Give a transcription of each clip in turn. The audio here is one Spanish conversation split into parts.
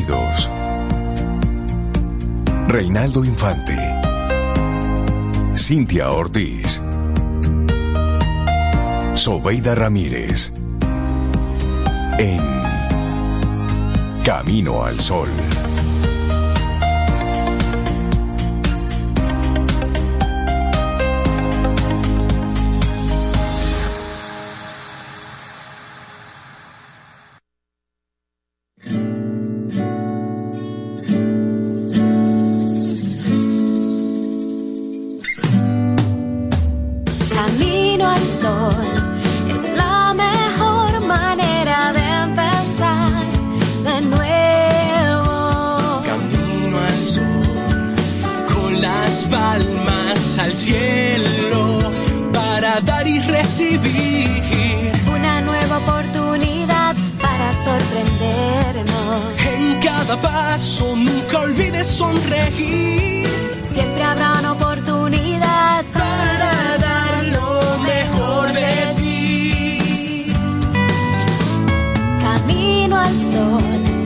oídos. Reinaldo Infante, Cintia Ortiz, Sobeida Ramírez, en Camino al Sol. Cielo para dar y recibir una nueva oportunidad para sorprendernos. En cada paso nunca olvides sonreír. Siempre habrá una oportunidad para dar lo mejor de ti. Camino al sol.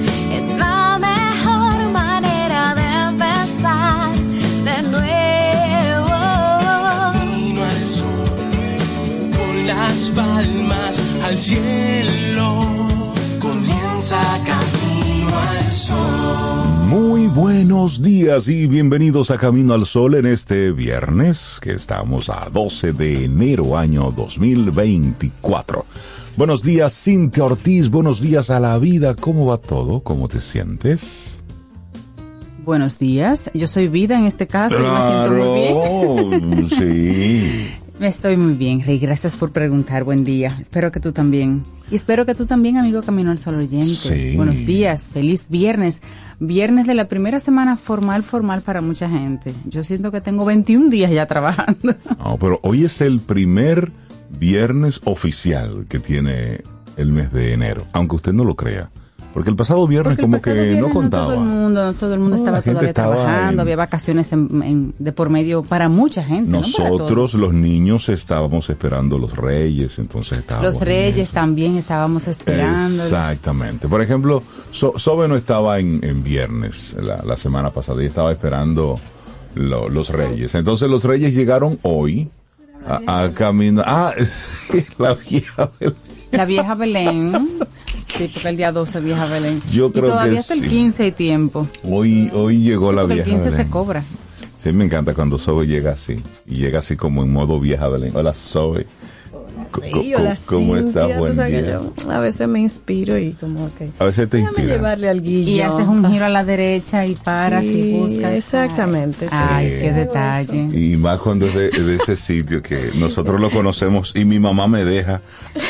Las palmas al cielo, comienza Camino al Sol. Muy buenos días y bienvenidos a Camino al Sol en este viernes, que estamos a 12 de enero año 2024. Buenos días, Cintia Ortiz, buenos días a la vida. ¿Cómo va todo? ¿Cómo te sientes? Buenos días, yo soy Vida en este caso. Claro, me siento muy bien. Sí. Estoy muy bien, Rey, gracias por preguntar, buen día. Espero que tú también. Y espero que tú también, amigo Camino al Sol oyente. Sí. Buenos días, feliz viernes. Viernes de la primera semana formal para mucha gente. Yo siento que tengo 21 días ya trabajando. No, pero hoy es el primer viernes oficial que tiene el mes de enero, aunque usted no lo crea. Porque el pasado viernes no contaba. Todo el mundo estaba todavía trabajando, había vacaciones de por medio para mucha gente. Nosotros, los niños, estábamos esperando los Reyes, entonces estábamos... Los Reyes también estábamos esperando. Exactamente. Por ejemplo, Sobe no estaba en viernes la semana pasada, y estaba esperando los Reyes. Entonces los Reyes llegaron hoy a caminar... Sí, la vieja Belén. Sí, porque el día 12 vieja Belén. Yo creo y todavía que hasta sí. el 15 hay tiempo. Hoy llegó la vieja Belén. El 15 se cobra. Sí, me encanta cuando Zoe llega así. Y llega así como en modo vieja Belén. Hola, Zoe. Hola, ¿Cómo estás? Buen día. Yo a veces me inspiro y como que... A veces te inspira. Llevarle al guillo. Y haces un giro a la derecha y paras y buscas. Exactamente. Ay, qué detalle. Y más cuando es de ese sitio que nosotros lo conocemos y mi mamá me deja.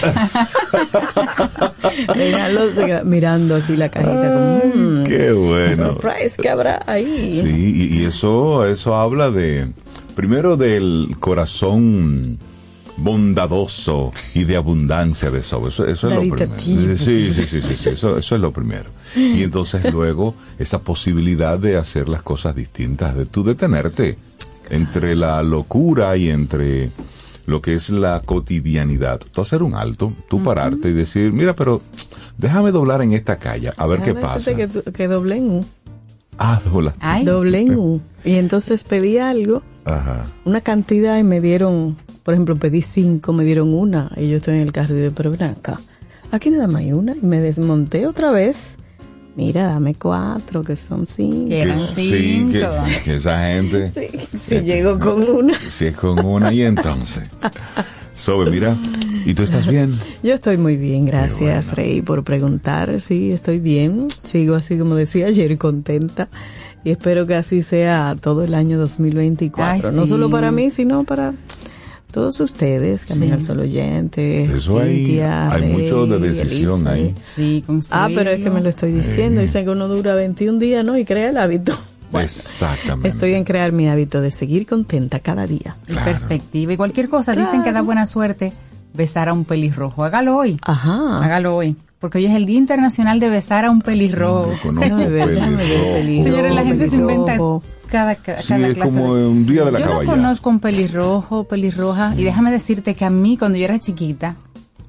Mirando así la cajita como... Qué bueno. Surprise, ¿qué habrá ahí? Sí, y eso habla primero del corazón bondadoso y de abundancia de Zoe. Eso es lo primero. Sí, eso es lo primero. Y entonces luego esa posibilidad de hacer las cosas distintas, de tú detenerte entre la locura y entre lo que es la cotidianidad. Tú hacer un alto, tú pararte y decir, mira, pero déjame doblar en esta calle, a ver qué pasa. Que doblé en U. Doblé en U. Y entonces pedí algo, una cantidad, y me dieron, por ejemplo, pedí 5, me dieron una, y yo estoy en el carro y digo, pero ven acá, aquí nada más hay una, y me desmonté otra vez. Mira, dame 4, que son 5. Que eran 5. Sí, que esa gente... Sí, llego con una. Si es con una, y entonces... Sobe, mira, ¿y tú estás bien? Yo estoy muy bien, gracias, bueno. Rey, por preguntar. Sí, estoy bien. Sigo así como decía ayer, contenta. Y espero que así sea todo el año 2024. Ay, no solo para mí, sino para... todos ustedes, Camino al Sol oyentes, eso Cintia, hay mucho de decisión Elisa, ahí. Sí, pero es que me lo estoy diciendo. Dicen que uno dura 21 días, ¿no? Y crea el hábito. Bueno, exactamente. Estoy en crear mi hábito de seguir contenta cada día. Claro. Perspectiva y cualquier cosa. Claro. Dicen que da buena suerte besar a un pelirrojo. Hágalo hoy. Ajá. Hágalo hoy. Porque hoy es el Día Internacional de besar a un pelirrojo. Señores, la gente se inventa cada sí, clase. Es como un día de la caballada. Yo no conozco un pelirrojo, pelirroja, y déjame decirte que a mí, cuando yo era chiquita,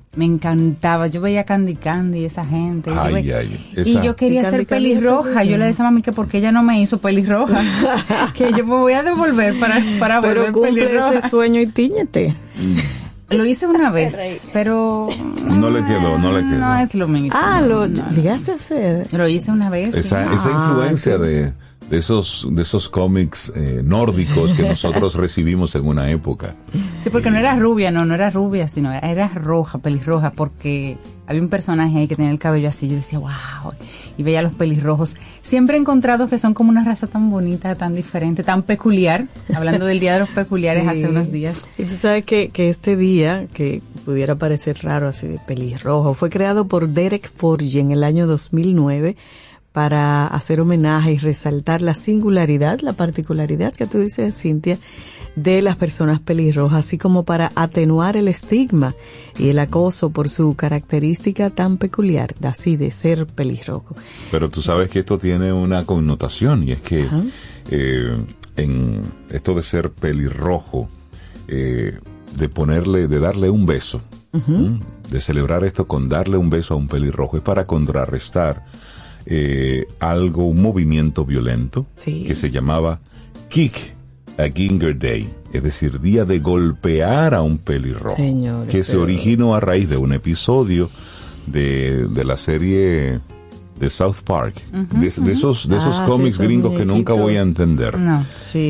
Me encantaba, yo veía Candy Candy, esa gente. Y yo quería ser pelirroja. Yo le decía a mami que porque ella no me hizo pelirroja, que yo me voy a devolver para volver pelirroja. Pero cumple ese sueño y tíñete. Lo hice una vez, pero no le quedó. No es lo mismo. Llegaste a hacer. Lo hice una vez. Esa influencia de esos cómics nórdicos que nosotros recibimos en una época. Sí, porque no era rubia, sino era roja, pelirroja, porque había un personaje ahí que tenía el cabello así. Yo decía, wow, y veía los pelirrojos. Siempre he encontrado que son como una raza tan bonita, tan diferente, tan peculiar. Hablando del Día de los Peculiares hace unos días. Y tú sabes que este día, que pudiera parecer raro así de pelirrojo, fue creado por Derek Forge en el año 2009 para hacer homenaje y resaltar la singularidad, la particularidad que tú dices, Cintia, de las personas pelirrojas, así como para atenuar el estigma y el acoso por su característica tan peculiar, así de ser pelirrojo. Pero tú sabes que esto tiene una connotación, y es que en esto de ser pelirrojo, de darle un beso, de celebrar esto con darle un beso a un pelirrojo, es para contrarrestar un movimiento violento que se llamaba Kick a Ginger Day, es decir, día de golpear a un pelirrojo. Señores, que se originó a raíz de un episodio de la serie de South Park, de esos cómics gringos que nunca voy a entender. No.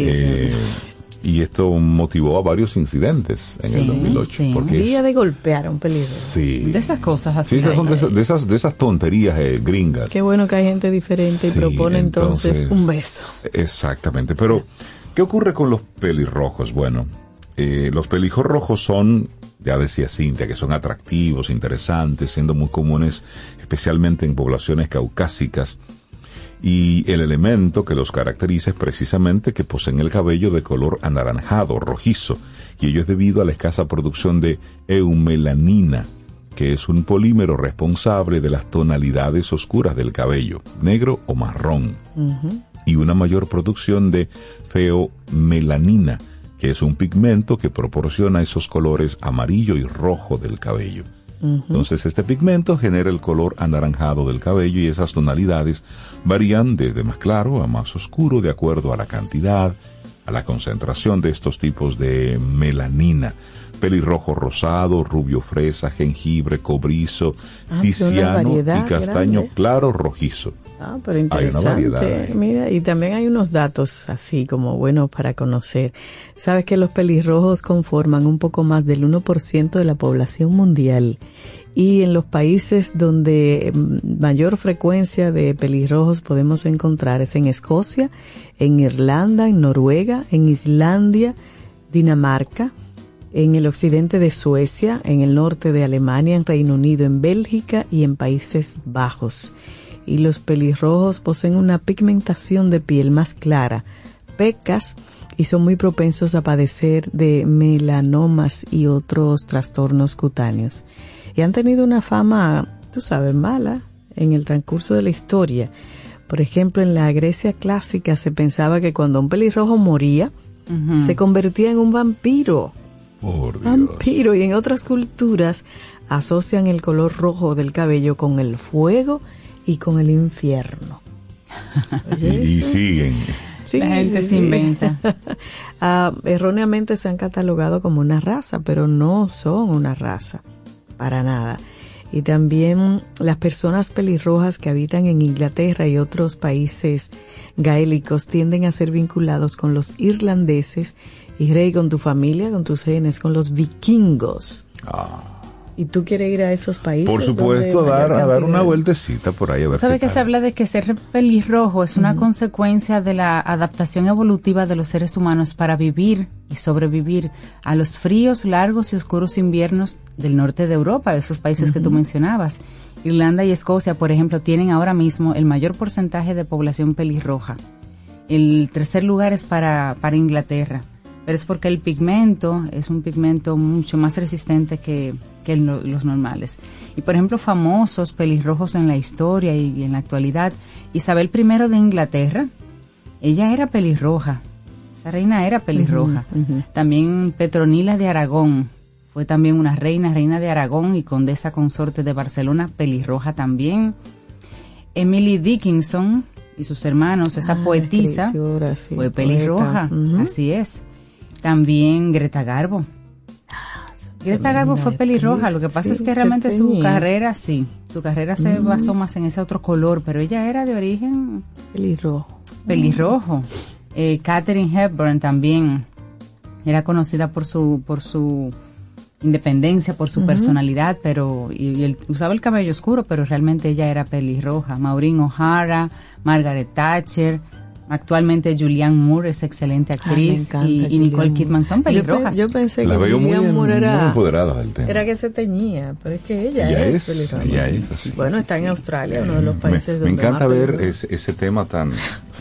Y esto motivó a varios incidentes en el 2008. Sí. Porque día de golpear a un pelirrojo. Sí. De esas cosas así. Sí, son de esas tonterías gringas. Qué bueno que hay gente diferente y propone entonces un beso. Exactamente. Pero, ¿qué ocurre con los pelirrojos? Bueno, los pelirrojos son, ya decía Cintia, que son atractivos, interesantes, siendo muy comunes, especialmente en poblaciones caucásicas. Y el elemento que los caracteriza es precisamente que poseen el cabello de color anaranjado, rojizo, y ello es debido a la escasa producción de eumelanina, que es un polímero responsable de las tonalidades oscuras del cabello, negro o marrón, y una mayor producción de feomelanina, que es un pigmento que proporciona esos colores amarillo y rojo del cabello. Entonces este pigmento genera el color anaranjado del cabello, y esas tonalidades varían desde más claro a más oscuro de acuerdo a la cantidad, a la concentración de estos tipos de melanina. Pelirrojo rosado, rubio fresa, jengibre, cobrizo, tiziano y castaño claro rojizo. Pero interesante. Hay una variedad. Mira, y también hay unos datos así como buenos para conocer. Sabes que los pelirrojos conforman un poco más del 1% de la población mundial. Y en los países donde mayor frecuencia de pelirrojos podemos encontrar es en Escocia, en Irlanda, en Noruega, en Islandia, Dinamarca, en el occidente de Suecia, en el norte de Alemania, en Reino Unido, en Bélgica y en Países Bajos. Y los pelirrojos poseen una pigmentación de piel más clara, pecas, y son muy propensos a padecer de melanomas y otros trastornos cutáneos. Y han tenido una fama, tú sabes, mala en el transcurso de la historia. Por ejemplo, en la Grecia clásica se pensaba que cuando un pelirrojo moría, se convertía en un vampiro. Por Dios. Vampiro. Y en otras culturas asocian el color rojo del cabello con el fuego y con el infierno. Y siguen. Sí, la gente se inventa. Erróneamente se han catalogado como una raza, pero no son una raza, para nada. Y también las personas pelirrojas que habitan en Inglaterra y otros países gaélicos tienden a ser vinculados con los irlandeses, y Rey, con tu familia, con tus genes, con los vikingos. ¿Y tú quieres ir a esos países? Por supuesto, a dar una vueltecita por ahí a ver. ¿Sabe que se habla de que ser pelirrojo es una consecuencia de la adaptación evolutiva de los seres humanos para vivir y sobrevivir a los fríos, largos y oscuros inviernos del norte de Europa, de esos países que tú mencionabas? Irlanda y Escocia, por ejemplo, tienen ahora mismo el mayor porcentaje de población pelirroja. El tercer lugar es para Inglaterra, pero es porque el pigmento es un pigmento mucho más resistente que los normales. Y por ejemplo, famosos pelirrojos en la historia y en la actualidad, Isabel I de Inglaterra, ella era pelirroja, esa reina era pelirroja. También Petronila de Aragón, fue también una reina de Aragón y condesa consorte de Barcelona, pelirroja también. Emily Dickinson y sus hermanos, esa poetisa, sí, fue pelirroja, así es. También Greta Garbo. Greta Garbo fue pelirroja, lo que pasa es que realmente su carrera se basó más en ese otro color, pero ella era de origen pelirrojo. Katharine Hepburn también era conocida por su independencia, por su personalidad, pero y usaba el cabello oscuro, pero realmente ella era pelirroja. Maureen O'Hara, Margaret Thatcher, actualmente Julianne Moore es excelente actriz, y Nicole Kidman son pelirrojas. Yo pensé que Julianne Moore era empoderada del tema. Era que se teñía, pero es que ella es pelirroja. Ella es así. Bueno, está en Australia, uno de los países donde me encanta ver ese tema tan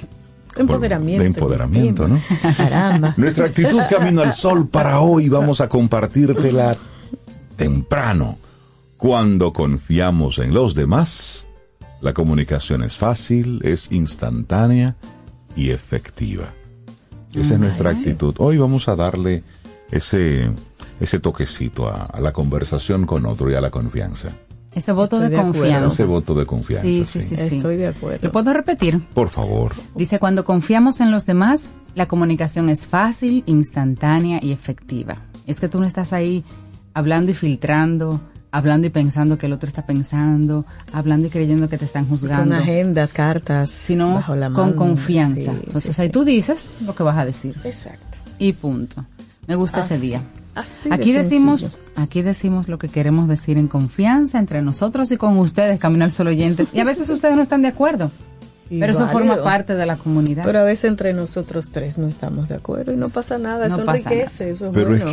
de empoderamiento, ¿no? Caramba. Nuestra actitud camino al sol para hoy vamos a compartírtela temprano. Cuando confiamos en los demás, la comunicación es fácil, es instantánea y efectiva. Esa es nuestra actitud. Hoy vamos a darle ese toquecito a la conversación con otro y a la confianza. Ese voto de confianza. Ese voto de confianza. Sí. Estoy de acuerdo. ¿Lo puedo repetir? Por favor. Dice, cuando confiamos en los demás, la comunicación es fácil, instantánea y efectiva. Es que tú no estás ahí hablando y filtrando, hablando y pensando que el otro está pensando, hablando y creyendo que te están juzgando. Con agendas, cartas, sino bajo la mano. Con confianza. Entonces ahí tú dices lo que vas a decir. Exacto. Y punto. Me gusta ese día. Aquí decimos lo que queremos decir en confianza entre nosotros y con ustedes, Camino al Sol oyentes. Y a veces ustedes no están de acuerdo, pero eso forma parte de la comunidad. Pero a veces entre nosotros tres no estamos de acuerdo y no pasa nada, eso enriquece, eso es pero bueno.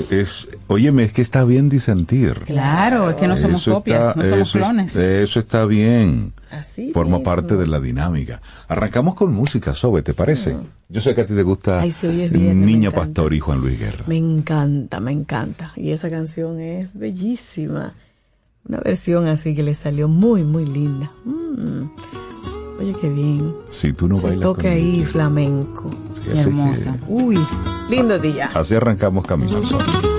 Es que está bien disentir. Claro, es que no somos copias, no somos clones. Eso está bien. Así forma parte de la dinámica. Arrancamos con música, Sobe, ¿te parece? Yo sé que a ti te gusta Niña Pastor y Juan Luis Guerra. Me encanta. Y esa canción es bellísima. Una versión así que le salió muy, muy linda. Oye, qué bien. Si tú no bailas toca ahí flamenco. Sí, hermosa. Uy, lindo día. Así arrancamos Camino al Sol.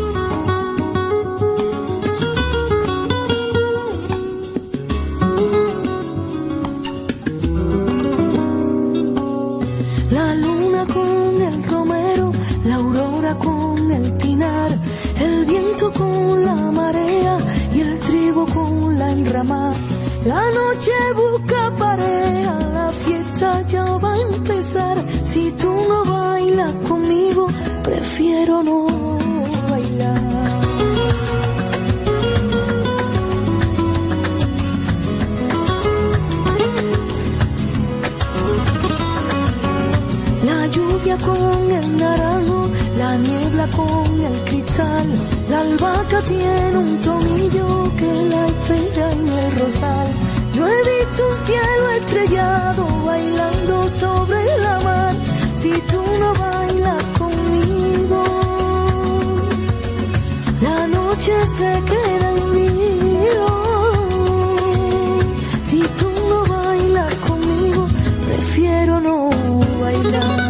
Con el pinar, el viento con la marea y el trigo con la enramada. La noche busca pareja, la fiesta ya va a empezar. Si tú no bailas conmigo, prefiero no bailar. La lluvia con el naranjo, la niebla con el cristal, la albahaca tiene un tomillo que la espera en el rosal. Yo he visto un cielo estrellado bailando sobre la mar. Si tú no bailas conmigo, la noche se queda en vilo. Si tú no bailas conmigo, prefiero no bailar.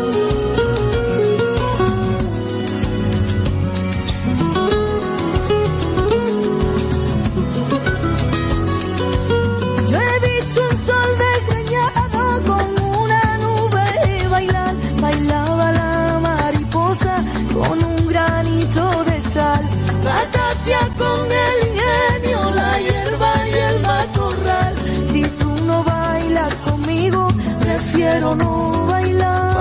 Con el ingenio, la hierba y el matorral. Si tú no bailas conmigo, prefiero no bailar.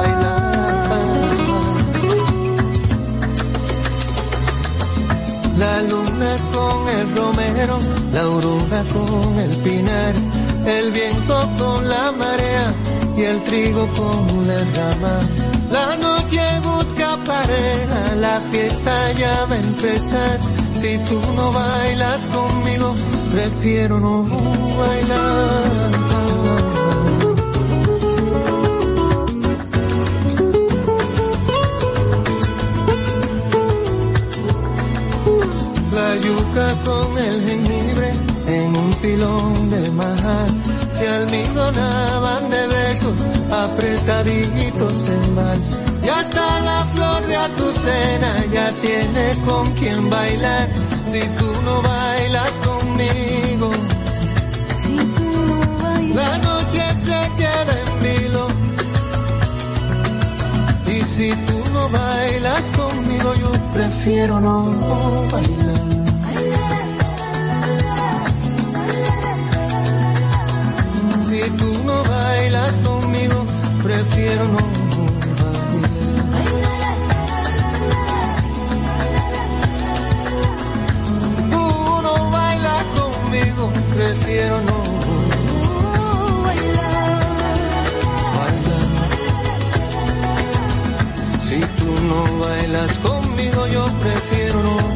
La luna con el romero, la aurora con el pinar, el viento con la marea y el trigo con la rama. La noche busca pareja, la fiesta ya va a empezar. Si tú no bailas conmigo, prefiero no bailar. La yuca con el jengibre en un pilón de majar, se almidonaban de besos apretaditos en vals. Y hasta la flor de azucena ya tiene con quien bailar. Si tú no bailas conmigo, Si tú no bailas, la noche se queda en vilo. Y si tú no bailas conmigo, yo prefiero no bailar. Si tú no bailas conmigo, prefiero no bailar. Tú no bailas conmigo, prefiero no bailar. Si tú no bailas conmigo, yo prefiero no bailar.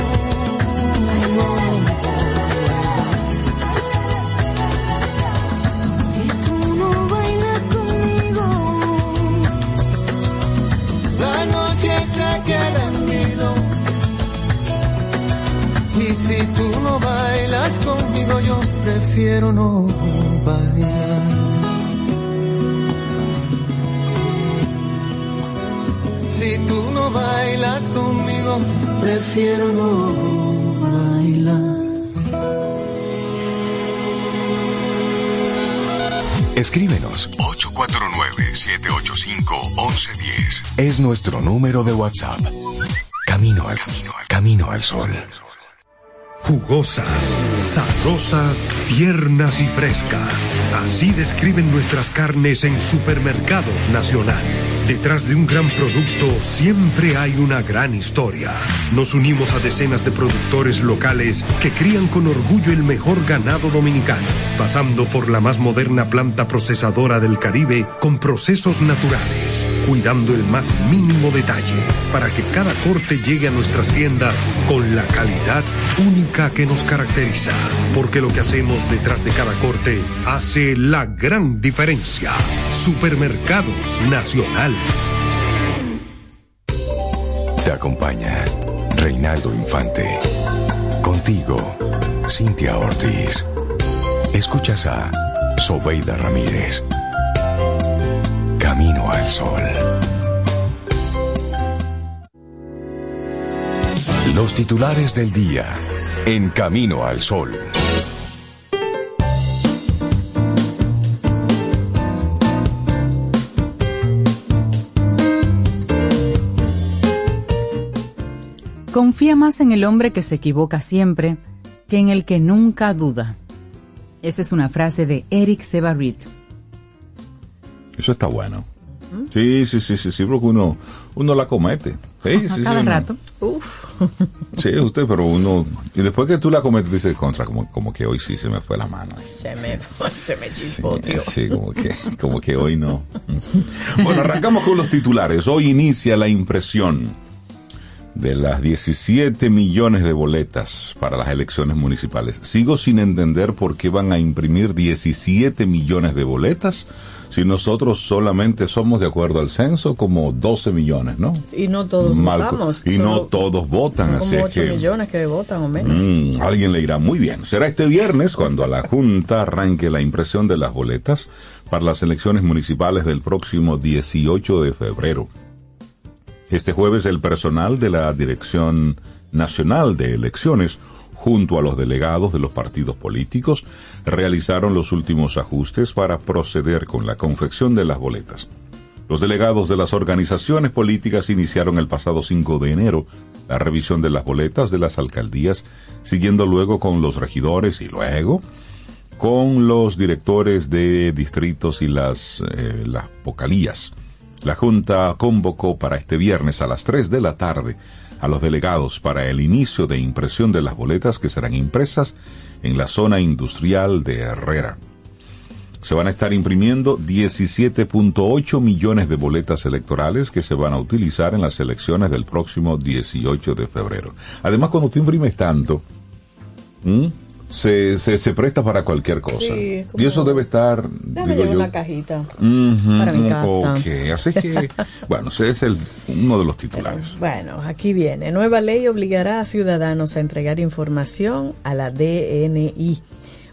si tú no bailas conmigo, La noche se queda en vilo. Y si tú no bailas conmigo, yo prefiero no bailar. Si tú no bailas conmigo, prefiero no bailar. Escríbenos 849-785-1110. Es nuestro número de WhatsApp. Camino al sol. Jugosas, sabrosas, tiernas y frescas. Así describen nuestras carnes en Supermercados Nacional. Detrás de un gran producto siempre hay una gran historia. Nos unimos a decenas de productores locales que crían con orgullo el mejor ganado dominicano, pasando por la más moderna planta procesadora del Caribe con procesos naturales, cuidando el más mínimo detalle para que cada corte llegue a nuestras tiendas con la calidad única que nos caracteriza, porque lo que hacemos detrás de cada corte hace la gran diferencia. Supermercados Nacional. Te acompaña Reinaldo Infante. Contigo, Cintia Ortiz. Escuchas a Sobeida Ramírez. Camino al sol. Los titulares del día en Camino al Sol. Confía más en el hombre que se equivoca siempre que en el que nunca duda. Esa es una frase de Eric Sevarit. Eso está bueno. Sí, porque uno la comete. Sí, cada rato. Uf. Sí, pero uno... Y después que tú la cometes, dices, contra, como que hoy sí se me fue la mano. Se me chispó, tío. Sí, como que hoy no. Bueno, arrancamos con los titulares. Hoy inicia la impresión de las 17 millones de boletas para las elecciones municipales. Sigo sin entender por qué van a imprimir 17 millones de boletas si nosotros solamente somos, de acuerdo al censo, como 12 millones, ¿no? Y no todos votamos. Y no todos votan, así como es 8 que... millones que votan o menos. Alguien le irá muy bien. Será este viernes cuando a la Junta arranque la impresión de las boletas para las elecciones municipales del próximo 18 de febrero. Este jueves el personal de la Dirección Nacional de Elecciones, junto a los delegados de los partidos políticos, realizaron los últimos ajustes para proceder con la confección de las boletas. Los delegados de las organizaciones políticas iniciaron el pasado 5 de enero la revisión de las boletas de las alcaldías, siguiendo luego con los regidores y luego con los directores de distritos y las vocalías. La Junta convocó para este viernes a las 3 de la tarde a los delegados para el inicio de impresión de las boletas que serán impresas en la zona industrial de Herrera. Se van a estar imprimiendo 17.8 millones de boletas electorales que se van a utilizar en las elecciones del próximo 18 de febrero. Además, cuando tú imprimes tanto, se presta para cualquier cosa. Sí, y eso debe estar... Debe llevar una cajita para mi casa. Ok, así que, bueno, ese es uno de los titulares. Bueno, aquí viene. Nueva ley obligará a ciudadanos a entregar información a la DNI.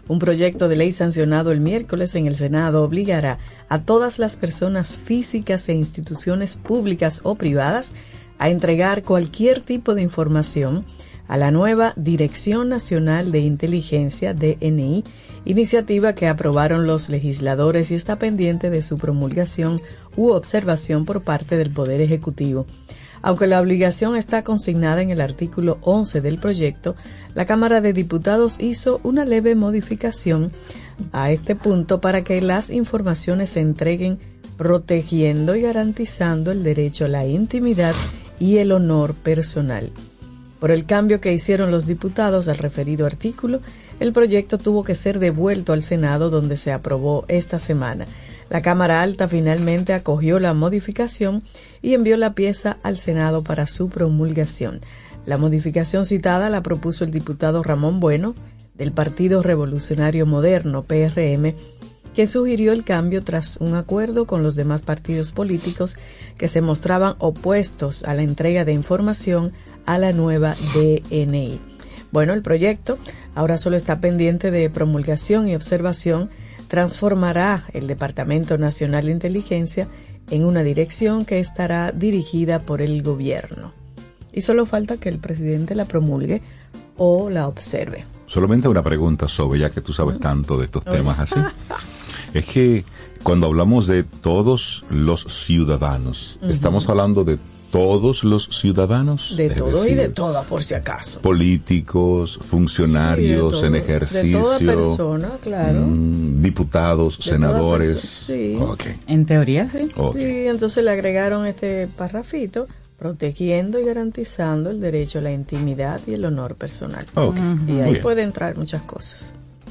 Un proyecto de ley sancionado el miércoles en el Senado obligará a todas las personas físicas e instituciones públicas o privadas a entregar cualquier tipo de información a la nueva Dirección Nacional de Inteligencia, DNI, iniciativa que aprobaron los legisladores y está pendiente de su promulgación u observación por parte del Poder Ejecutivo. Aunque la obligación está consignada en el artículo 11 del proyecto, la Cámara de Diputados hizo una leve modificación a este punto para que las informaciones se entreguen protegiendo y garantizando el derecho a la intimidad y el honor personal. Por el cambio que hicieron los diputados al referido artículo, el proyecto tuvo que ser devuelto al Senado, donde se aprobó esta semana. La Cámara Alta finalmente acogió la modificación y envió la pieza al Senado para su promulgación. La modificación citada la propuso el diputado Ramón Bueno, del Partido Revolucionario Moderno, PRM, que sugirió el cambio tras un acuerdo con los demás partidos políticos que se mostraban opuestos a la entrega de información a la nueva DNI. Bueno, el proyecto ahora solo está pendiente de promulgación y observación. Transformará el Departamento Nacional de Inteligencia en una dirección que estará dirigida por el gobierno. Y solo falta que el presidente la promulgue o la observe. Solamente una pregunta, Sobe, ya que tú sabes tanto de estos temas así. Es que cuando hablamos de todos los ciudadanos, ¿estamos hablando de todos los ciudadanos? De todo y de toda, por si acaso. Políticos, funcionarios en ejercicio. De toda persona, claro. Diputados, senadores. Sí. Okay. En teoría, sí. Okay. Sí, entonces le agregaron este parrafito, protegiendo y garantizando el derecho a la intimidad y el honor personal. Okay. Y ahí puede entrar muchas cosas.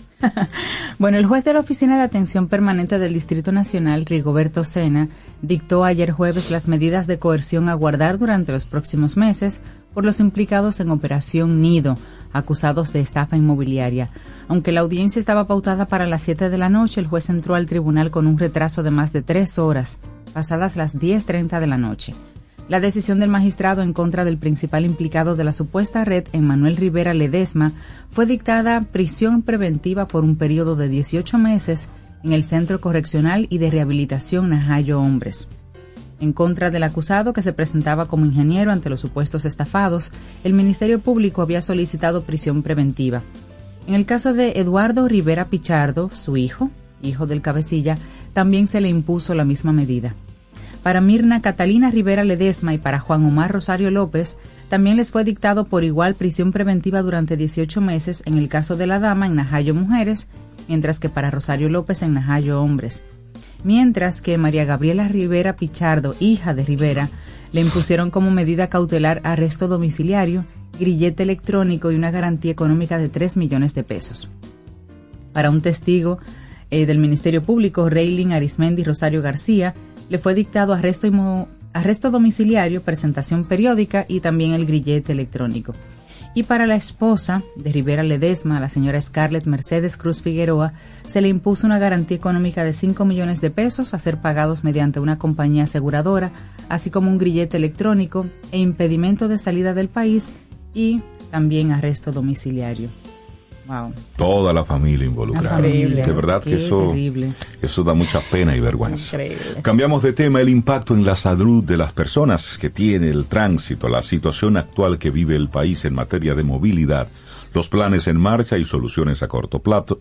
Bueno, el juez de la Oficina de Atención Permanente del Distrito Nacional, Rigoberto Sena, dictó ayer jueves las medidas de coerción a guardar durante los próximos meses por los implicados en Operación Nido, acusados de estafa inmobiliaria. Aunque la audiencia estaba pautada para las 7 de la noche, el juez entró al tribunal con un retraso de más de 3 horas, pasadas las 10:30 de la noche. La decisión del magistrado en contra del principal implicado de la supuesta red, Emmanuel Rivera Ledesma, fue dictada prisión preventiva por un periodo de 18 meses en el Centro Correccional y de Rehabilitación Najayo Hombres. En contra del acusado, que se presentaba como ingeniero ante los supuestos estafados, el Ministerio Público había solicitado prisión preventiva. En el caso de Eduardo Rivera Pichardo, su hijo del cabecilla, también se le impuso la misma medida. Para Mirna Catalina Rivera Ledesma y para Juan Omar Rosario López, también les fue dictado por igual prisión preventiva durante 18 meses en el caso de la dama en Najayo Mujeres, mientras que para Rosario López en Najayo Hombres. Mientras que María Gabriela Rivera Pichardo, hija de Rivera, le impusieron como medida cautelar arresto domiciliario, grillete electrónico y una garantía económica de 3 millones de pesos. Para un testigo del Ministerio Público, Reylin Arismendi Rosario García, le fue dictado arresto domiciliario, presentación periódica y también el grillete electrónico. Y para la esposa de Rivera Ledesma, la señora Scarlett Mercedes Cruz Figueroa, se le impuso una garantía económica de 5 millones de pesos a ser pagados mediante una compañía aseguradora, así como un grillete electrónico e impedimento de salida del país y también arresto domiciliario. Wow. Toda la familia involucrada. Increíble. De verdad que eso da mucha pena y vergüenza. Increíble. Cambiamos de tema. El impacto en la salud de las personas que tiene el tránsito, la situación actual que vive el país en materia de movilidad, los planes en marcha y soluciones a corto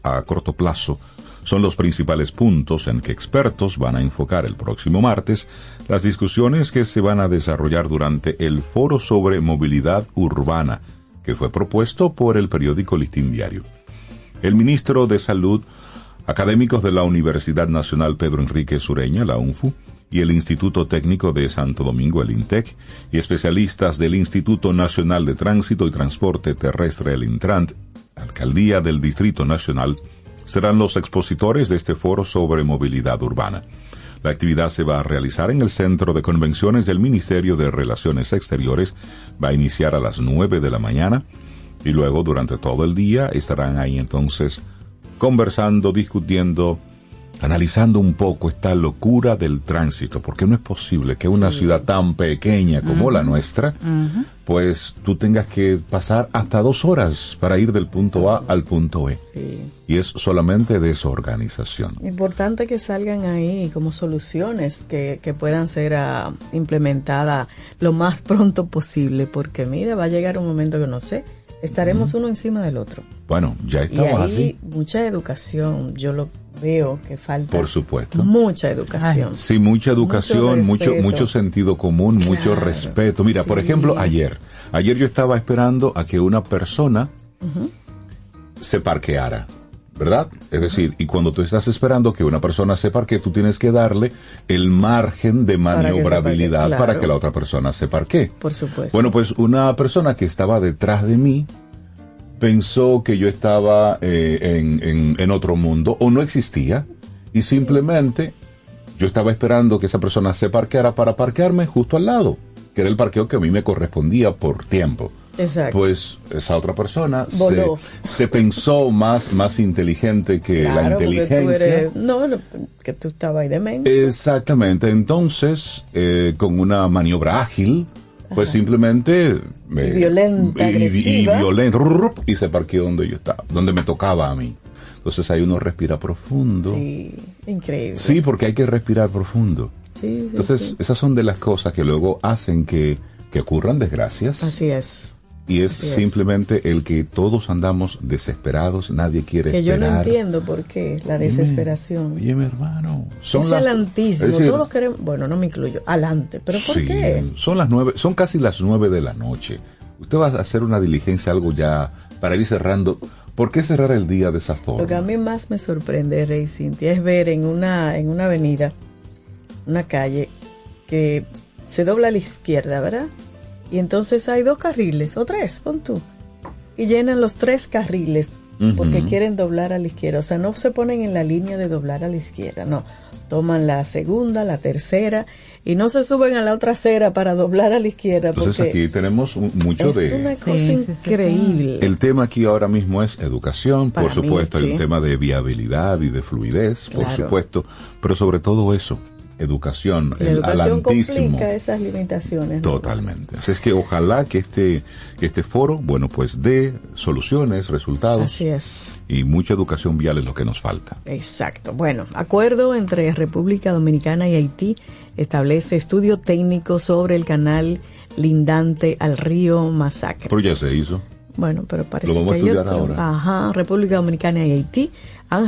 plazo son los principales puntos en que expertos van a enfocar el próximo martes las discusiones que se van a desarrollar durante el Foro sobre Movilidad Urbana, que fue propuesto por el periódico Listín Diario. El ministro de Salud, académicos de la Universidad Nacional Pedro Enrique Sureña, la UNFU, y el Instituto Técnico de Santo Domingo, el INTEC, y especialistas del Instituto Nacional de Tránsito y Transporte Terrestre, el Intrant, Alcaldía del Distrito Nacional, serán los expositores de este foro sobre movilidad urbana. La actividad se va a realizar en el Centro de Convenciones del Ministerio de Relaciones Exteriores. Va a iniciar a las 9 de la mañana y luego durante todo el día estarán ahí entonces conversando, discutiendo, analizando un poco esta locura del tránsito, porque no es posible que una ciudad tan pequeña como la nuestra, pues tú tengas que pasar hasta 2 horas para ir del punto A al punto E. Sí. y es solamente desorganización. Importante que salgan ahí como soluciones que puedan ser implementadas lo más pronto posible, porque mira, va a llegar un momento que no sé, estaremos uno encima del otro. Bueno, ya estamos y ahí, así. Mucha educación, yo lo veo que falta. Por supuesto. Mucha educación. Sí, mucha educación, mucho sentido común, claro, mucho respeto. Mira, sí. Por ejemplo, ayer yo estaba esperando a que una persona se parqueara, ¿verdad? Es decir, y cuando tú estás esperando que una persona se parquee, tú tienes que darle el margen de maniobrabilidad para que la otra persona se parquee. Por supuesto. Bueno, pues una persona que estaba detrás de mí pensó que yo estaba en otro mundo o no existía, y simplemente yo estaba esperando que esa persona se parqueara para parquearme justo al lado, que era el parqueo que a mí me correspondía por tiempo. Exacto. Pues esa otra persona se pensó más inteligente que la inteligencia. Que tú estabas ahí de mente. Exactamente. Entonces, con una maniobra ágil, pues simplemente violenta, agresiva, y se parqueó donde yo estaba, donde me tocaba a mí. Entonces ahí uno respira profundo. Sí, increíble. Sí, porque hay que respirar profundo. Sí, entonces esas son de las cosas que luego hacen que ocurran desgracias. Así es. Y es simplemente el que todos andamos desesperados, nadie quiere esperar. Que yo no entiendo por qué la desesperación. Oye, mi hermano. Es adelantísimo, es decir, todos queremos, bueno, no me incluyo, adelante, pero ¿por qué? Son casi las 9 de la noche. Usted va a hacer una diligencia, algo ya para ir cerrando. ¿Por qué cerrar el día de esa forma? Lo que a mí más me sorprende, Rey Cintia, es ver en una avenida, una calle, que se dobla a la izquierda, ¿verdad? Y entonces hay 2 carriles, o 3, pon tú, y llenan los 3 carriles porque quieren doblar a la izquierda. O sea, no se ponen en la línea de doblar a la izquierda, no. Toman la segunda, la tercera, y no se suben a la otra acera para doblar a la izquierda. Entonces aquí tenemos mucho de... Es una cosa increíble. El tema aquí ahora mismo es educación, por supuesto, hay un tema de viabilidad y de fluidez, por supuesto, pero sobre todo eso, educación, la educación complica esas limitaciones, ¿no? Totalmente. Así es que ojalá que este foro, bueno, pues dé soluciones, resultados. Así es. Y mucha educación vial es lo que nos falta. Exacto. Bueno, acuerdo entre República Dominicana y Haití establece estudio técnico sobre el canal lindante al río Masacre. Pero ya se hizo. Bueno, pero parece lo vamos que a estudiar ahora. República Dominicana y Haití han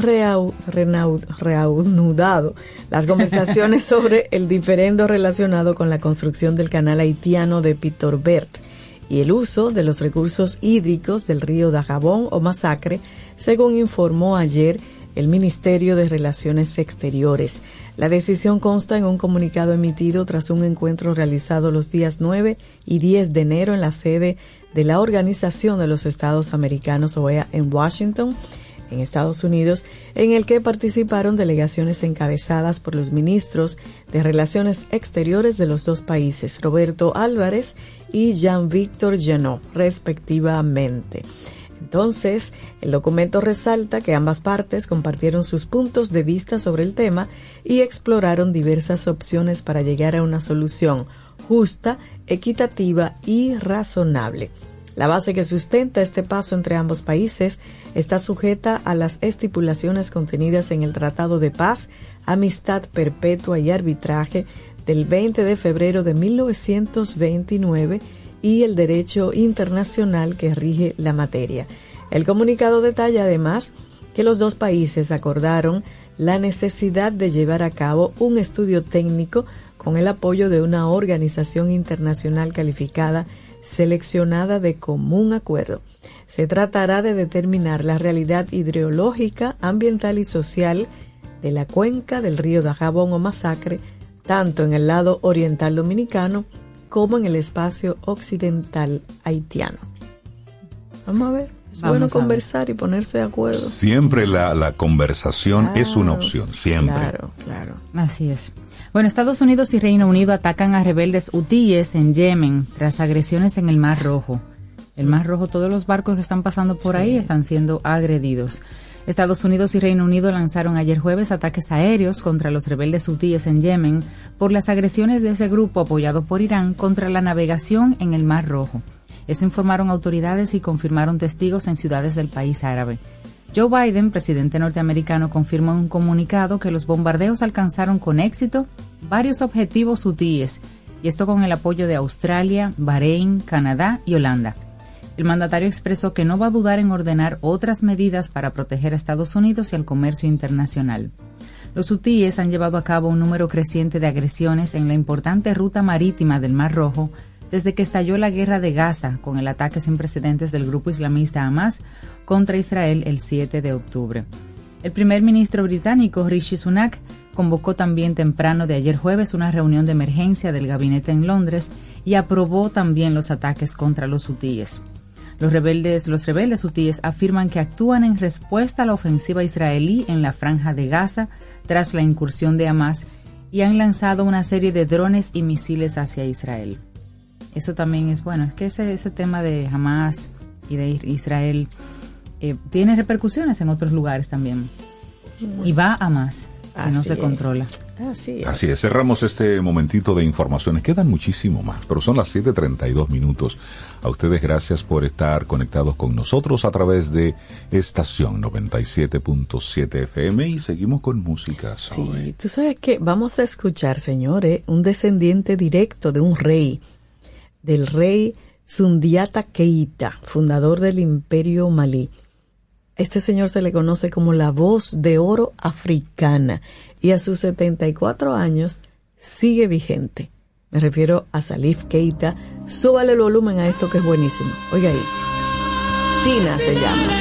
reanudado las conversaciones sobre el diferendo relacionado con la construcción del canal haitiano de Pitorbert y el uso de los recursos hídricos del río Dajabón o Masacre, según informó ayer el Ministerio de Relaciones Exteriores. La decisión consta en un comunicado emitido tras un encuentro realizado los días 9 y 10 de enero en la sede de la Organización de los Estados Americanos, OEA, en Washington, en Estados Unidos, en el que participaron delegaciones encabezadas por los ministros de Relaciones Exteriores de los 2 países, Roberto Álvarez y Jean-Victor Jeannot, respectivamente. Entonces, el documento resalta que ambas partes compartieron sus puntos de vista sobre el tema y exploraron diversas opciones para llegar a una solución justa, equitativa y razonable. La base que sustenta este paso entre ambos países está sujeta a las estipulaciones contenidas en el Tratado de Paz, Amistad Perpetua y Arbitraje del 20 de febrero de 1929 y el derecho internacional que rige la materia. El comunicado detalla además que los 2 países acordaron la necesidad de llevar a cabo un estudio técnico con el apoyo de una organización internacional calificada seleccionada de común acuerdo. Se tratará de determinar la realidad hidrológica, ambiental y social de la cuenca del río Dajabón o Masacre, tanto en el lado oriental dominicano como en el espacio occidental haitiano. Vamos a ver. Es bueno conversar y ponerse de acuerdo. Siempre la conversación es una opción, siempre. Claro. Así es. Bueno, Estados Unidos y Reino Unido atacan a rebeldes hutíes en Yemen tras agresiones en el Mar Rojo. El Mar Rojo, todos los barcos que están pasando por ahí están siendo agredidos. Estados Unidos y Reino Unido lanzaron ayer jueves ataques aéreos contra los rebeldes hutíes en Yemen por las agresiones de ese grupo apoyado por Irán contra la navegación en el Mar Rojo. Eso informaron autoridades y confirmaron testigos en ciudades del país árabe. Joe Biden, presidente norteamericano, confirmó en un comunicado que los bombardeos alcanzaron con éxito varios objetivos hutíes, y esto con el apoyo de Australia, Bahrein, Canadá y Holanda. El mandatario expresó que no va a dudar en ordenar otras medidas para proteger a Estados Unidos y al comercio internacional. Los hutíes han llevado a cabo un número creciente de agresiones en la importante ruta marítima del Mar Rojo desde que estalló la guerra de Gaza con el ataque sin precedentes del grupo islamista Hamas contra Israel el 7 de octubre. El primer ministro británico, Rishi Sunak, convocó también temprano de ayer jueves una reunión de emergencia del gabinete en Londres y aprobó también los ataques contra los hutíes. Los rebeldes hutíes afirman que actúan en respuesta a la ofensiva israelí en la franja de Gaza tras la incursión de Hamas y han lanzado una serie de drones y misiles hacia Israel. Eso también es bueno, es que ese tema de Hamas y de Israel tiene repercusiones en otros lugares también y va a más si no se controla. Así es. Cerramos este momentito de informaciones. Quedan muchísimo más, pero son las 7:32 minutos. A ustedes gracias por estar conectados con nosotros a través de estación 97.7 FM y seguimos con música. Sí, tú sabes que vamos a escuchar, señores, un descendiente directo de un rey, del rey Sundiata Keita, fundador del Imperio Malí. Este señor se le conoce como la voz de oro africana y a sus 74 años sigue vigente. Me refiero a Salif Keita. Súbale el volumen a esto que es buenísimo. Oiga ahí. Sina se llama.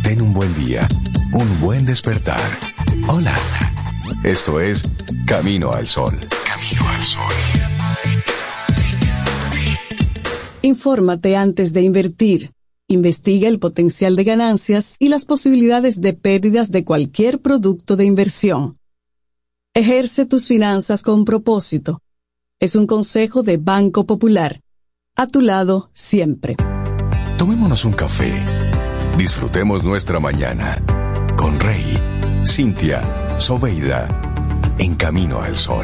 Ten un buen día, un buen despertar. Hola. Esto es Camino al Sol. Camino al Sol. Infórmate antes de invertir. Investiga el potencial de ganancias y las posibilidades de pérdidas de cualquier producto de inversión. Ejerce tus finanzas con propósito. Es un consejo de Banco Popular. A tu lado siempre. Tomémonos un café. Disfrutemos nuestra mañana con Rey, Cintia, Sobeida, en Camino al Sol.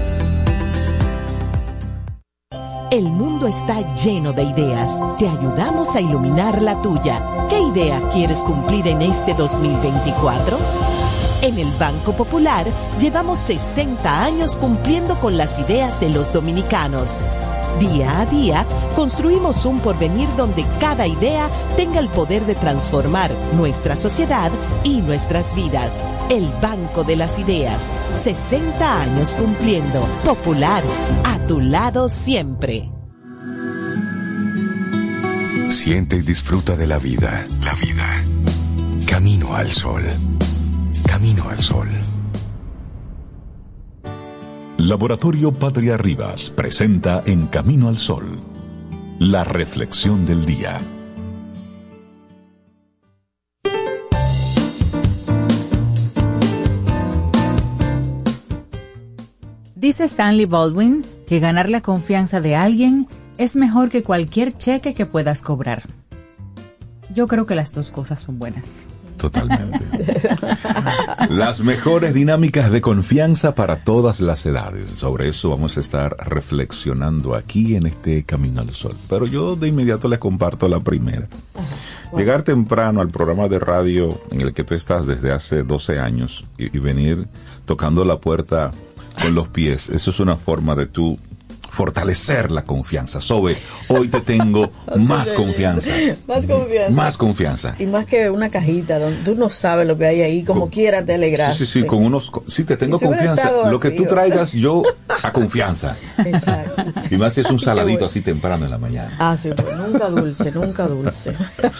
El mundo está lleno de ideas. Te ayudamos a iluminar la tuya. ¿Qué idea quieres cumplir en este 2024? En el Banco Popular llevamos 60 años cumpliendo con las ideas de los dominicanos. Día a día, construimos un porvenir donde cada idea tenga el poder de transformar nuestra sociedad y nuestras vidas. El Banco de las Ideas, 60 años cumpliendo. Popular, a tu lado siempre. Siente y disfruta de la vida. La vida. Camino al Sol. Camino al Sol. Laboratorio Patria Rivas presenta En Camino al Sol, la reflexión del día. Dice Stanley Baldwin que ganar la confianza de alguien es mejor que cualquier cheque que puedas cobrar. Yo creo que las dos cosas son buenas. Totalmente. Las mejores dinámicas de confianza para todas las edades. Sobre eso vamos a estar reflexionando aquí en este Camino al Sol. Pero yo de inmediato les comparto la primera. Llegar temprano al programa de radio en el que tú estás desde hace 12 años y venir tocando la puerta con los pies, eso es una forma de tú fortalecer la confianza. Sobe, hoy te tengo más confianza. Más confianza. Más confianza. Y más que una cajita donde tú no sabes lo que hay ahí, como quiera te alegraste. Sí, con unos... Sí, te tengo confianza. Lo que tú traigas, yo a confianza. Exacto. Y más si es un saladito así temprano en la mañana. Ah, sí, pues nunca dulce, nunca dulce.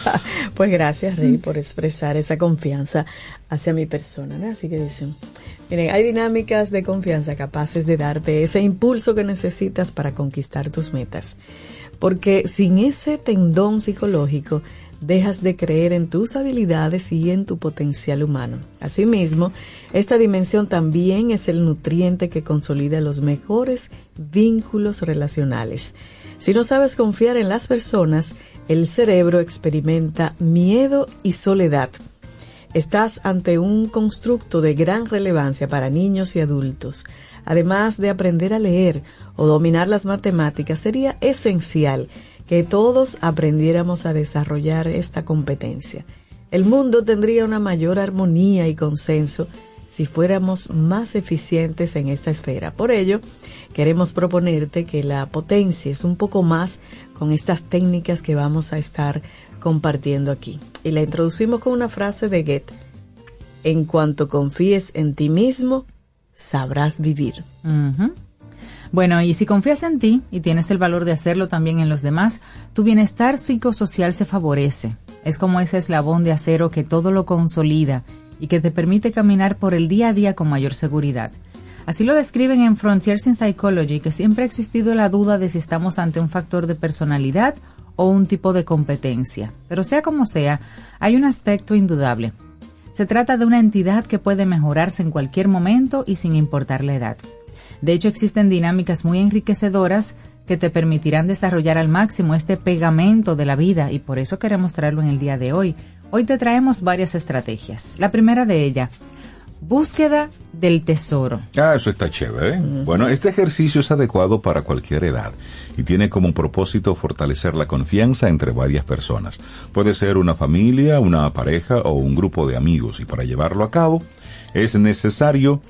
Pues gracias, Rey, por expresar esa confianza hacia mi persona, ¿no? Así que dicen... Miren, hay dinámicas de confianza capaces de darte ese impulso que necesitas para conquistar tus metas. Porque sin ese tendón psicológico, dejas de creer en tus habilidades y en tu potencial humano. Asimismo, esta dimensión también es el nutriente que consolida los mejores vínculos relacionales. Si no sabes confiar en las personas, el cerebro experimenta miedo y soledad. Estás ante un constructo de gran relevancia para niños y adultos. Además de aprender a leer o dominar las matemáticas, sería esencial que todos aprendiéramos a desarrollar esta competencia. El mundo tendría una mayor armonía y consenso si fuéramos más eficientes en esta esfera. Por ello, queremos proponerte que la potencies un poco más con estas técnicas que vamos a estar compartiendo aquí. Y la introducimos con una frase de Goethe: en cuanto confíes en ti mismo, sabrás vivir. Uh-huh. Bueno, y si confías en ti y tienes el valor de hacerlo también en los demás, tu bienestar psicosocial se favorece. Es como ese eslabón de acero que todo lo consolida y que te permite caminar por el día a día con mayor seguridad. Así lo describen en Frontiers in Psychology, que siempre ha existido la duda de si estamos ante un factor de personalidad o un tipo de competencia. Pero sea como sea, hay un aspecto indudable. Se trata de una entidad que puede mejorarse en cualquier momento y sin importar la edad. De hecho, existen dinámicas muy enriquecedoras que te permitirán desarrollar al máximo este pegamento de la vida, y por eso queremos traerlo en el día de hoy. Hoy te traemos varias estrategias. La primera de ellas, búsqueda del tesoro. Eso está chévere, ¿eh? Bueno, este ejercicio es adecuado para cualquier edad y tiene como propósito fortalecer la confianza entre varias personas. Puede ser una familia, una pareja o un grupo de amigos, y para llevarlo a cabo es necesario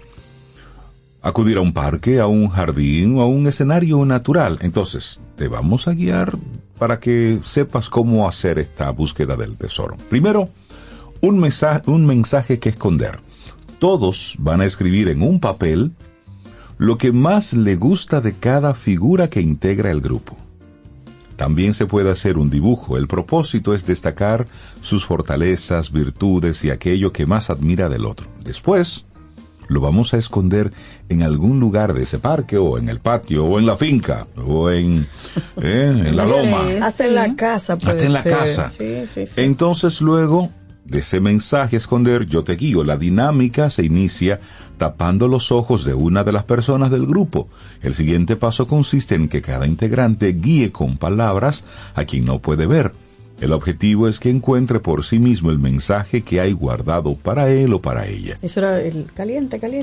acudir a un parque, a un jardín o a un escenario natural. Entonces, te vamos a guiar para que sepas cómo hacer esta búsqueda del tesoro. Primero, un mensaje que esconder. Todos van a escribir en un papel lo que más le gusta de cada figura que integra el grupo. También se puede hacer un dibujo. El propósito es destacar sus fortalezas, virtudes y aquello que más admira del otro. Después, lo vamos a esconder en algún lugar de ese parque, o en el patio, o en la finca, o en la loma. Hasta en la casa puede Hasta en la ser. casa. Sí. Entonces luego de ese mensaje a esconder, yo te guío. La dinámica se inicia tapando los ojos de una de las personas del grupo. El siguiente paso consiste en que cada integrante guíe con palabras a quien no puede ver. El objetivo es que encuentre por sí mismo el mensaje que hay guardado para él o para ella. Eso era el caliente. Tibio.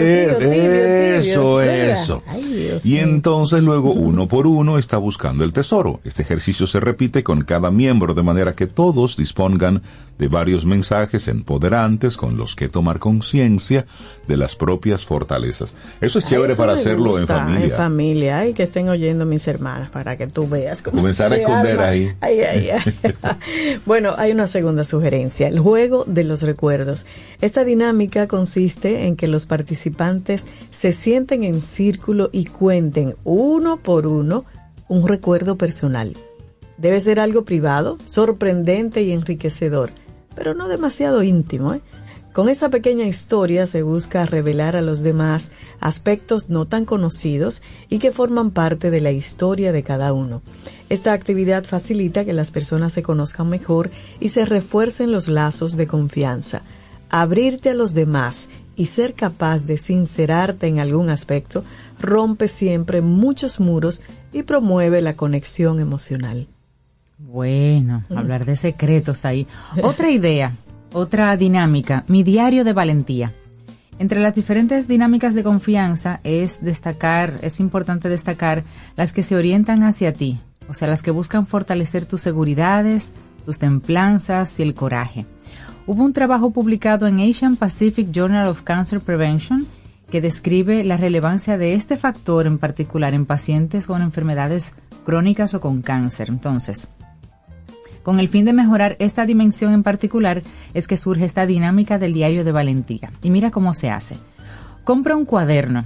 Eso. Ay, Dios y mío. entonces luego uno por uno está buscando el tesoro. Este ejercicio se repite con cada miembro de manera que todos dispongan de varios mensajes empoderantes con los que tomar conciencia de las propias fortalezas. Eso es chévere para hacerlo en familia. En familia, ay, que estén oyendo mis hermanas para que tú veas cómo comenzar a esconder ahí. Ay. Bueno, hay una segunda sugerencia, el juego de los recuerdos. Esta dinámica consiste en que los participantes se sienten en círculo y cuenten uno por uno un recuerdo personal. Debe ser algo privado, sorprendente y enriquecedor, pero no demasiado íntimo, ¿eh? Con esa pequeña historia se busca revelar a los demás aspectos no tan conocidos y que forman parte de la historia de cada uno. Esta actividad facilita que las personas se conozcan mejor y se refuercen los lazos de confianza. Abrirte a los demás y ser capaz de sincerarte en algún aspecto rompe siempre muchos muros y promueve la conexión emocional. Bueno, hablar de secretos ahí. Otra idea, otra dinámica, mi diario de valentía. Entre las diferentes dinámicas de confianza es importante destacar las que se orientan hacia ti, o sea, las que buscan fortalecer tus seguridades, tus templanzas y el coraje. Hubo un trabajo publicado en Asian Pacific Journal of Cancer Prevention que describe la relevancia de este factor en particular en pacientes con enfermedades crónicas o con cáncer. Entonces, con el fin de mejorar esta dimensión en particular es que surge esta dinámica del diario de valentía. Y mira cómo se hace. Compra un cuaderno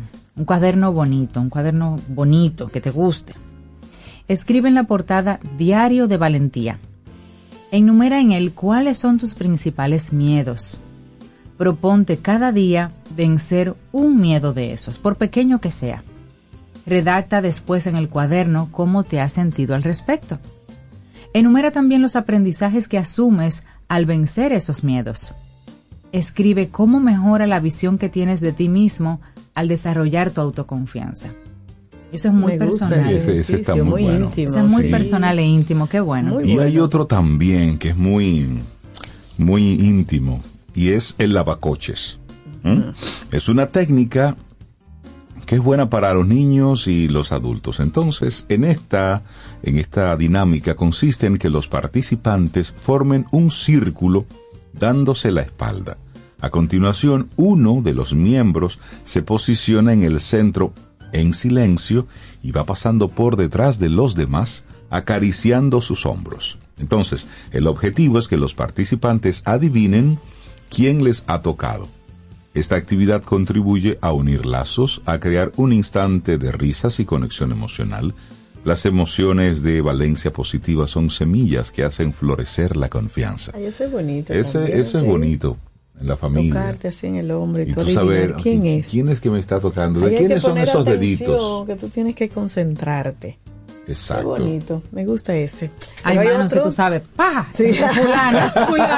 bonito que te guste. Escribe en la portada Diario de Valentía. Enumera en él cuáles son tus principales miedos. Proponte cada día vencer un miedo de esos, por pequeño que sea. Redacta después en el cuaderno cómo te has sentido al respecto. Enumera también los aprendizajes que asumes al vencer esos miedos. Escribe cómo mejora la visión que tienes de ti mismo al desarrollar tu autoconfianza. Eso es muy personal. Ese está muy bueno. íntimo. Eso es muy personal e íntimo, qué bueno. Y hay otro también que es muy íntimo, y es el lavacoches. Es una técnica que es buena para los niños y los adultos. Entonces, en esta dinámica consiste en que los participantes formen un círculo dándose la espalda. A continuación, uno de los miembros se posiciona en el centro en silencio y va pasando por detrás de los demás, acariciando sus hombros. Entonces, el objetivo es que los participantes adivinen quién les ha tocado. Esta actividad contribuye a unir lazos, a crear un instante de risas y conexión emocional. Las emociones de valencia positiva son semillas que hacen florecer la confianza. Ay, ese es bonito. Ese es bonito en la familia. Tocarte así en el hombro y tú saber quién es. ¿Quién es que me está tocando? ¿De quiénes son esos deditos? Que tú tienes que concentrarte. Exacto. Qué bonito, me gusta ese. Hay manos que tú sabes, ¡pah! Sí. Fulana.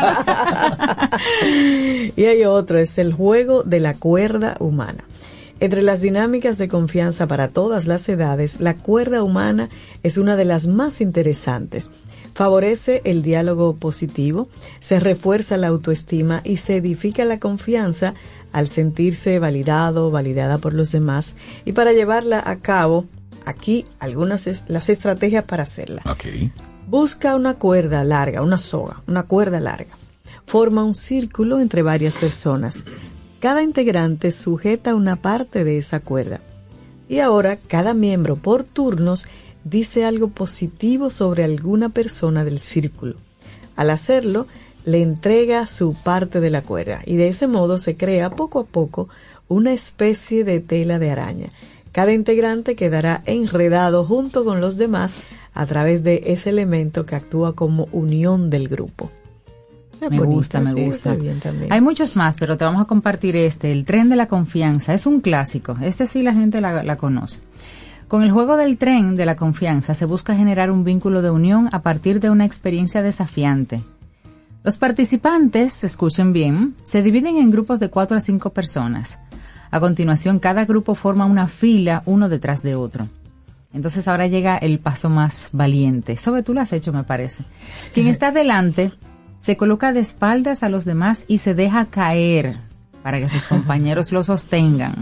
Y hay otro, es el juego de la cuerda humana. Entre las dinámicas de confianza para todas las edades, la cuerda humana es una de las más interesantes. Favorece el diálogo positivo, se refuerza la autoestima y se edifica la confianza al sentirse validada por los demás. Y para llevarla a cabo, aquí las estrategias para hacerla. Okay. Busca una cuerda larga, una soga, una cuerda larga. Forma un círculo entre varias personas. Cada integrante sujeta una parte de esa cuerda. Y ahora cada miembro por turnos dice algo positivo sobre alguna persona del círculo. Al hacerlo, le entrega su parte de la cuerda y de ese modo se crea poco a poco una especie de tela de araña. Cada integrante quedará enredado junto con los demás a través de ese elemento que actúa como unión del grupo. Me gusta. Hay muchos más, pero te vamos a compartir el tren de la confianza. Es un clásico. Sí la gente la conoce. Con el juego del tren de la confianza se busca generar un vínculo de unión a partir de una experiencia desafiante. Los participantes, escuchen bien, se dividen en grupos de 4 a 5 personas. A continuación, cada grupo forma una fila uno detrás de otro. Entonces ahora llega el paso más valiente. Sobre tú lo has hecho, me parece. Quien está delante se coloca de espaldas a los demás y se deja caer para que sus compañeros lo sostengan.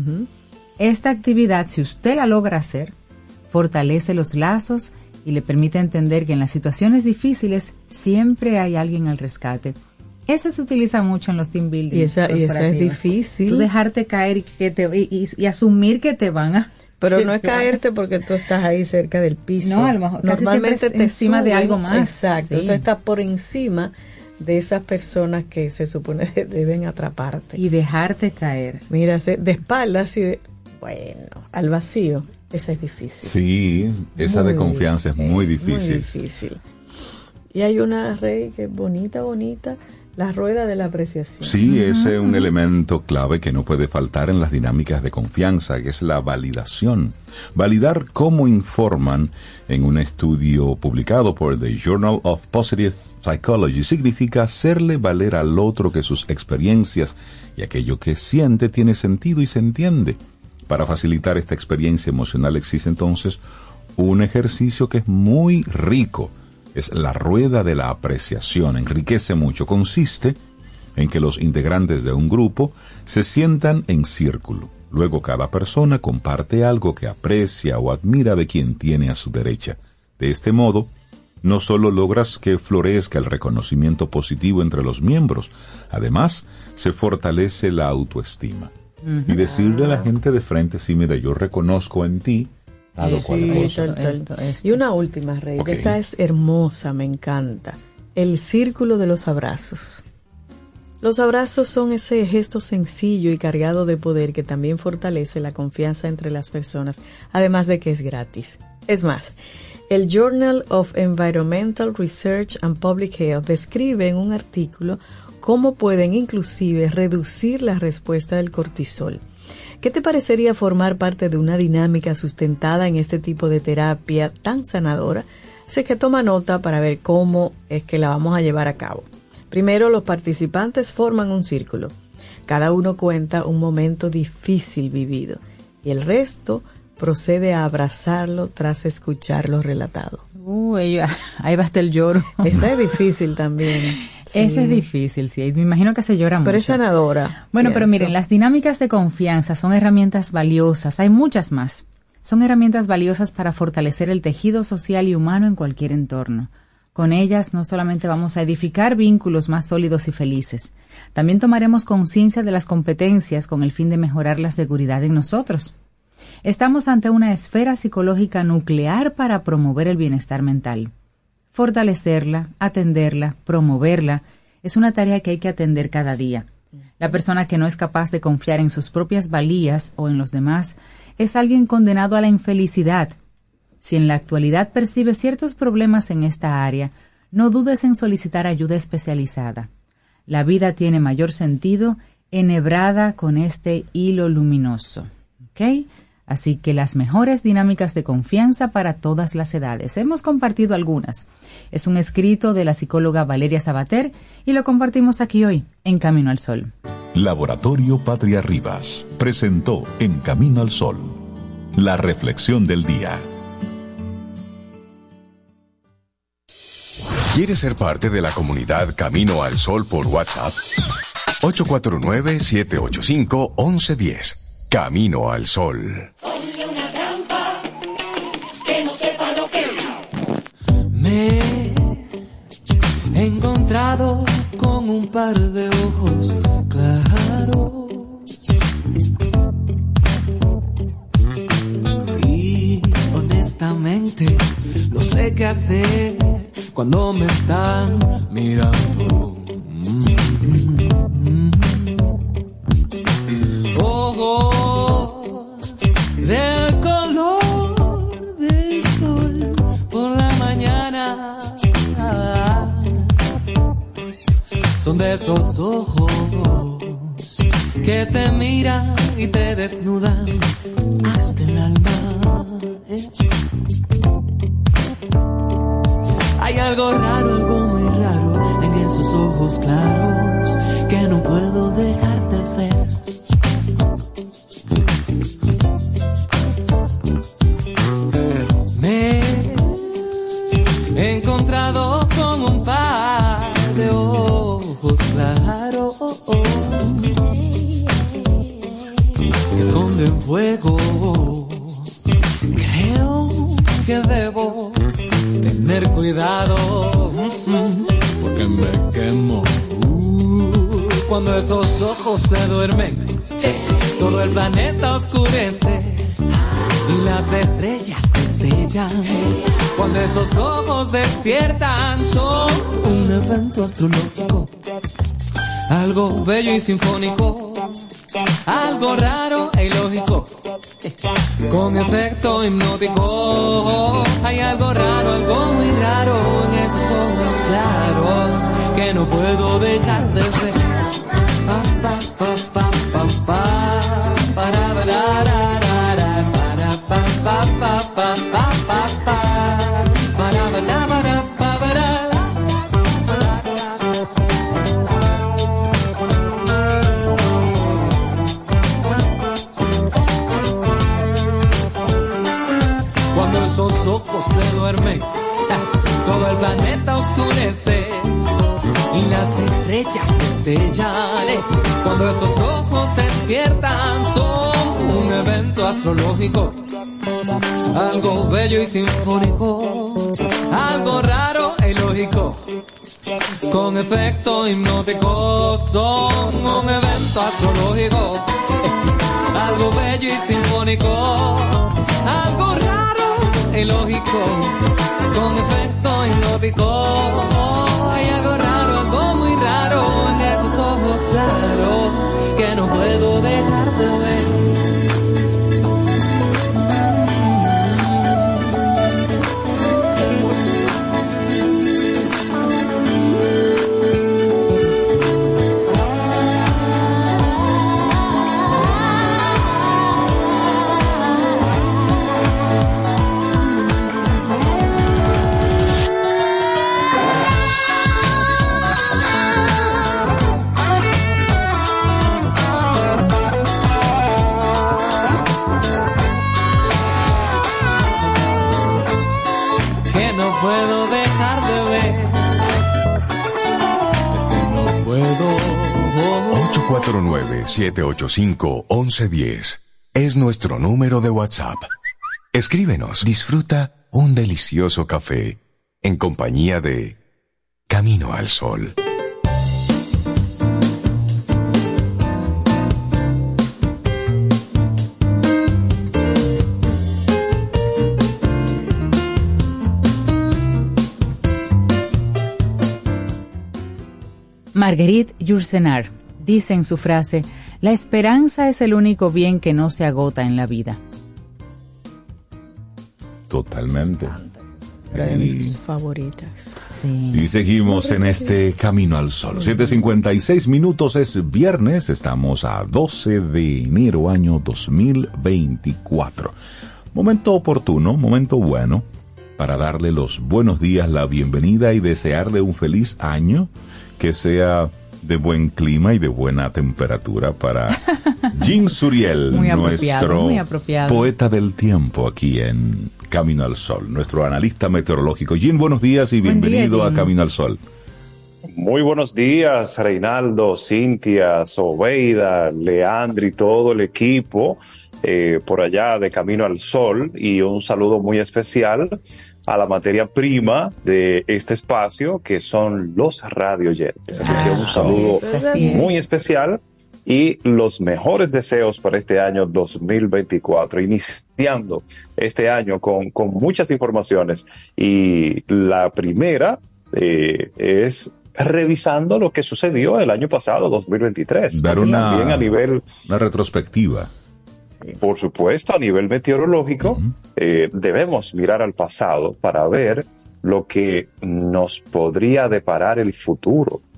Esta actividad, si usted la logra hacer, fortalece los lazos y le permite entender que en las situaciones difíciles siempre hay alguien al rescate. Ese se utiliza mucho en los team building. Y esa es difícil. Tú dejarte caer y asumir que te van a... Pero no es caerte porque tú estás ahí cerca del piso. No, a lo mejor normalmente te encima suben, de algo más. Exacto, sí. Tú estás por encima de esas personas que se supone que deben atraparte. Y dejarte caer. Mira, de espaldas y al vacío, esa es difícil. Sí, esa muy de confianza es muy difícil. Muy difícil. Y hay una, Rey, que es bonita, la rueda de la apreciación. Sí, ese es un elemento clave que no puede faltar en las dinámicas de confianza, que es la validación. Validar cómo informan en un estudio publicado por The Journal of Positive Psychology significa hacerle valer al otro que sus experiencias y aquello que siente tiene sentido y se entiende. Para facilitar esta experiencia emocional existe entonces un ejercicio que es muy rico. Es la rueda de la apreciación, enriquece mucho. Consiste en que los integrantes de un grupo se sientan en círculo. Luego cada persona comparte algo que aprecia o admira de quien tiene a su derecha. De este modo, no solo logras que florezca el reconocimiento positivo entre los miembros, además se fortalece la autoestima. Y decirle a la gente de frente, sí, mira, yo reconozco en ti a lo cual cosa. Y una última, Rey, okay. Esta es hermosa, me encanta. El círculo de los abrazos. Los abrazos son ese gesto sencillo y cargado de poder que también fortalece la confianza entre las personas, además de que es gratis. Es más, el Journal of Environmental Research and Public Health describe en un artículo cómo pueden inclusive reducir la respuesta del cortisol. ¿Qué te parecería formar parte de una dinámica sustentada en este tipo de terapia tan sanadora? Sé que toma nota para ver cómo es que la vamos a llevar a cabo. Primero, los participantes forman un círculo. Cada uno cuenta un momento difícil vivido y el resto procede a abrazarlo tras escucharlo relatado. Ahí va hasta el lloro. Esa es difícil también. Sí. Esa es difícil, sí. Me imagino que se llora mucho. Pero es sanadora. Bueno, pero miren, las dinámicas de confianza son herramientas valiosas. Hay muchas más. Son herramientas valiosas para fortalecer el tejido social y humano en cualquier entorno. Con ellas no solamente vamos a edificar vínculos más sólidos y felices, también tomaremos conciencia de las competencias con el fin de mejorar la seguridad en nosotros. Estamos ante una esfera psicológica nuclear para promover el bienestar mental. Fortalecerla, atenderla, promoverla, es una tarea que hay que atender cada día. La persona que no es capaz de confiar en sus propias valías o en los demás es alguien condenado a la infelicidad. Si en la actualidad percibe ciertos problemas en esta área, no dudes en solicitar ayuda especializada. La vida tiene mayor sentido enhebrada con este hilo luminoso. ¿Ok? Así que las mejores dinámicas de confianza para todas las edades. Hemos compartido algunas. Es un escrito de la psicóloga Valeria Sabater y lo compartimos aquí hoy, en Camino al Sol. Laboratorio Patria Rivas presentó En Camino al Sol, la reflexión del día. ¿Quieres ser parte de la comunidad Camino al Sol por WhatsApp? 849-785-1110. Camino al Sol. Ponle una trampa que no sepa lo que es. Me he encontrado con un par de ojos claros y honestamente no sé qué hacer cuando me están mirando. Ojos del color del sol, por son de esos ojos que te miran y te desnudan hasta el alma. Hay algo raro, algo muy raro en esos ojos claros que no puedo dejar de ver. Me he encontrado con un par de ojos claros que esconden fuego. Creo que debo tener cuidado porque me quemo. Cuando esos ojos se duermen, todo el planeta oscurece y las estrellas destellan. Cuando esos ojos despiertan, son un evento astrológico, algo bello y sinfónico, algo raro e ilógico, con efecto hipnótico. Hay algo raro, algo muy raro en esos ojos claros que no puedo dejar de ver. Pa, pa, pa, pa, pa, pa, para, para, para, pa, pa, pa, pa, pa, pa, para, para, para. Cuando esos ojos se duermen, todo el planeta oscurece y las estrellas destellan. Cuando esos ojos despiertan, son un evento astrológico, algo bello y sinfónico, algo raro e ilógico, con efecto hipnótico. Son un evento astrológico, algo bello y sinfónico, algo raro e ilógico, con efecto hipnótico. Hay algo raro, algo muy raro en esos ojos claros que no puedo dejar de ver. Puedo dejar de ver, es que no puedo. 849-785-1110 es nuestro número de WhatsApp. Escríbenos, disfruta un delicioso café en compañía de Camino al Sol. Marguerite Yourcenar dice en su frase: la esperanza es el único bien que no se agota en la vida. Totalmente. Una de mis favoritas. Sí. Y seguimos en este Camino al Sol. 7:56 minutos, es viernes, estamos a 12 de enero año 2024. Momento oportuno, momento bueno para darle los buenos días, la bienvenida y desearle un feliz año que sea de buen clima y de buena temperatura para Jean Suriel, nuestro poeta del tiempo aquí en Camino al Sol, nuestro analista meteorológico. Jean, buenos días y bienvenido a Camino al Sol. Muy buenos días, Reinaldo, Cintia, Sobeida, Leandro y todo el equipo por allá de Camino al Sol, y un saludo muy especial a la materia prima de este espacio, que son los radioyentes. Así que un saludo muy especial y los mejores deseos para este año 2024, iniciando este año con muchas informaciones. Y la primera es revisando lo que sucedió el año pasado, 2023. Dar una retrospectiva. Por supuesto, a nivel meteorológico, debemos mirar al pasado para ver lo que nos podría deparar el futuro.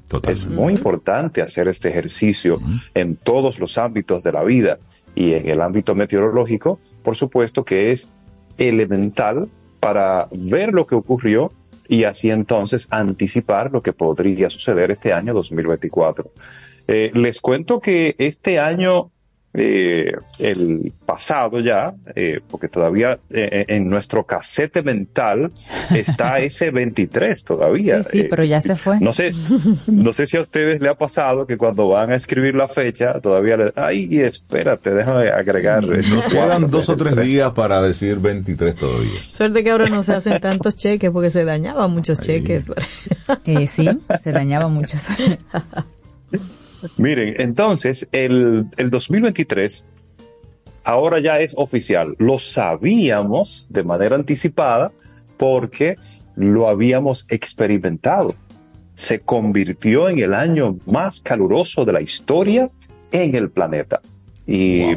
Es muy importante hacer este ejercicio en todos los ámbitos de la vida, y en el ámbito meteorológico, por supuesto que es elemental para ver lo que ocurrió y así entonces anticipar lo que podría suceder este año 2024. Les cuento que este año, el pasado ya, porque todavía en nuestro casete mental está ese 23 todavía. Sí, pero ya se fue. No sé si a ustedes le ha pasado que cuando van a escribir la fecha, todavía espérate, déjame agregar. Nos quedan 2 o 3 días para decir 23 todavía. Suerte que ahora no se hacen tantos cheques, porque se dañaban muchos cheques. Sí, se dañaban muchos. Miren, entonces, el 2023 ahora ya es oficial. Lo sabíamos de manera anticipada porque lo habíamos experimentado. Se convirtió en el año más caluroso de la historia en el planeta. Y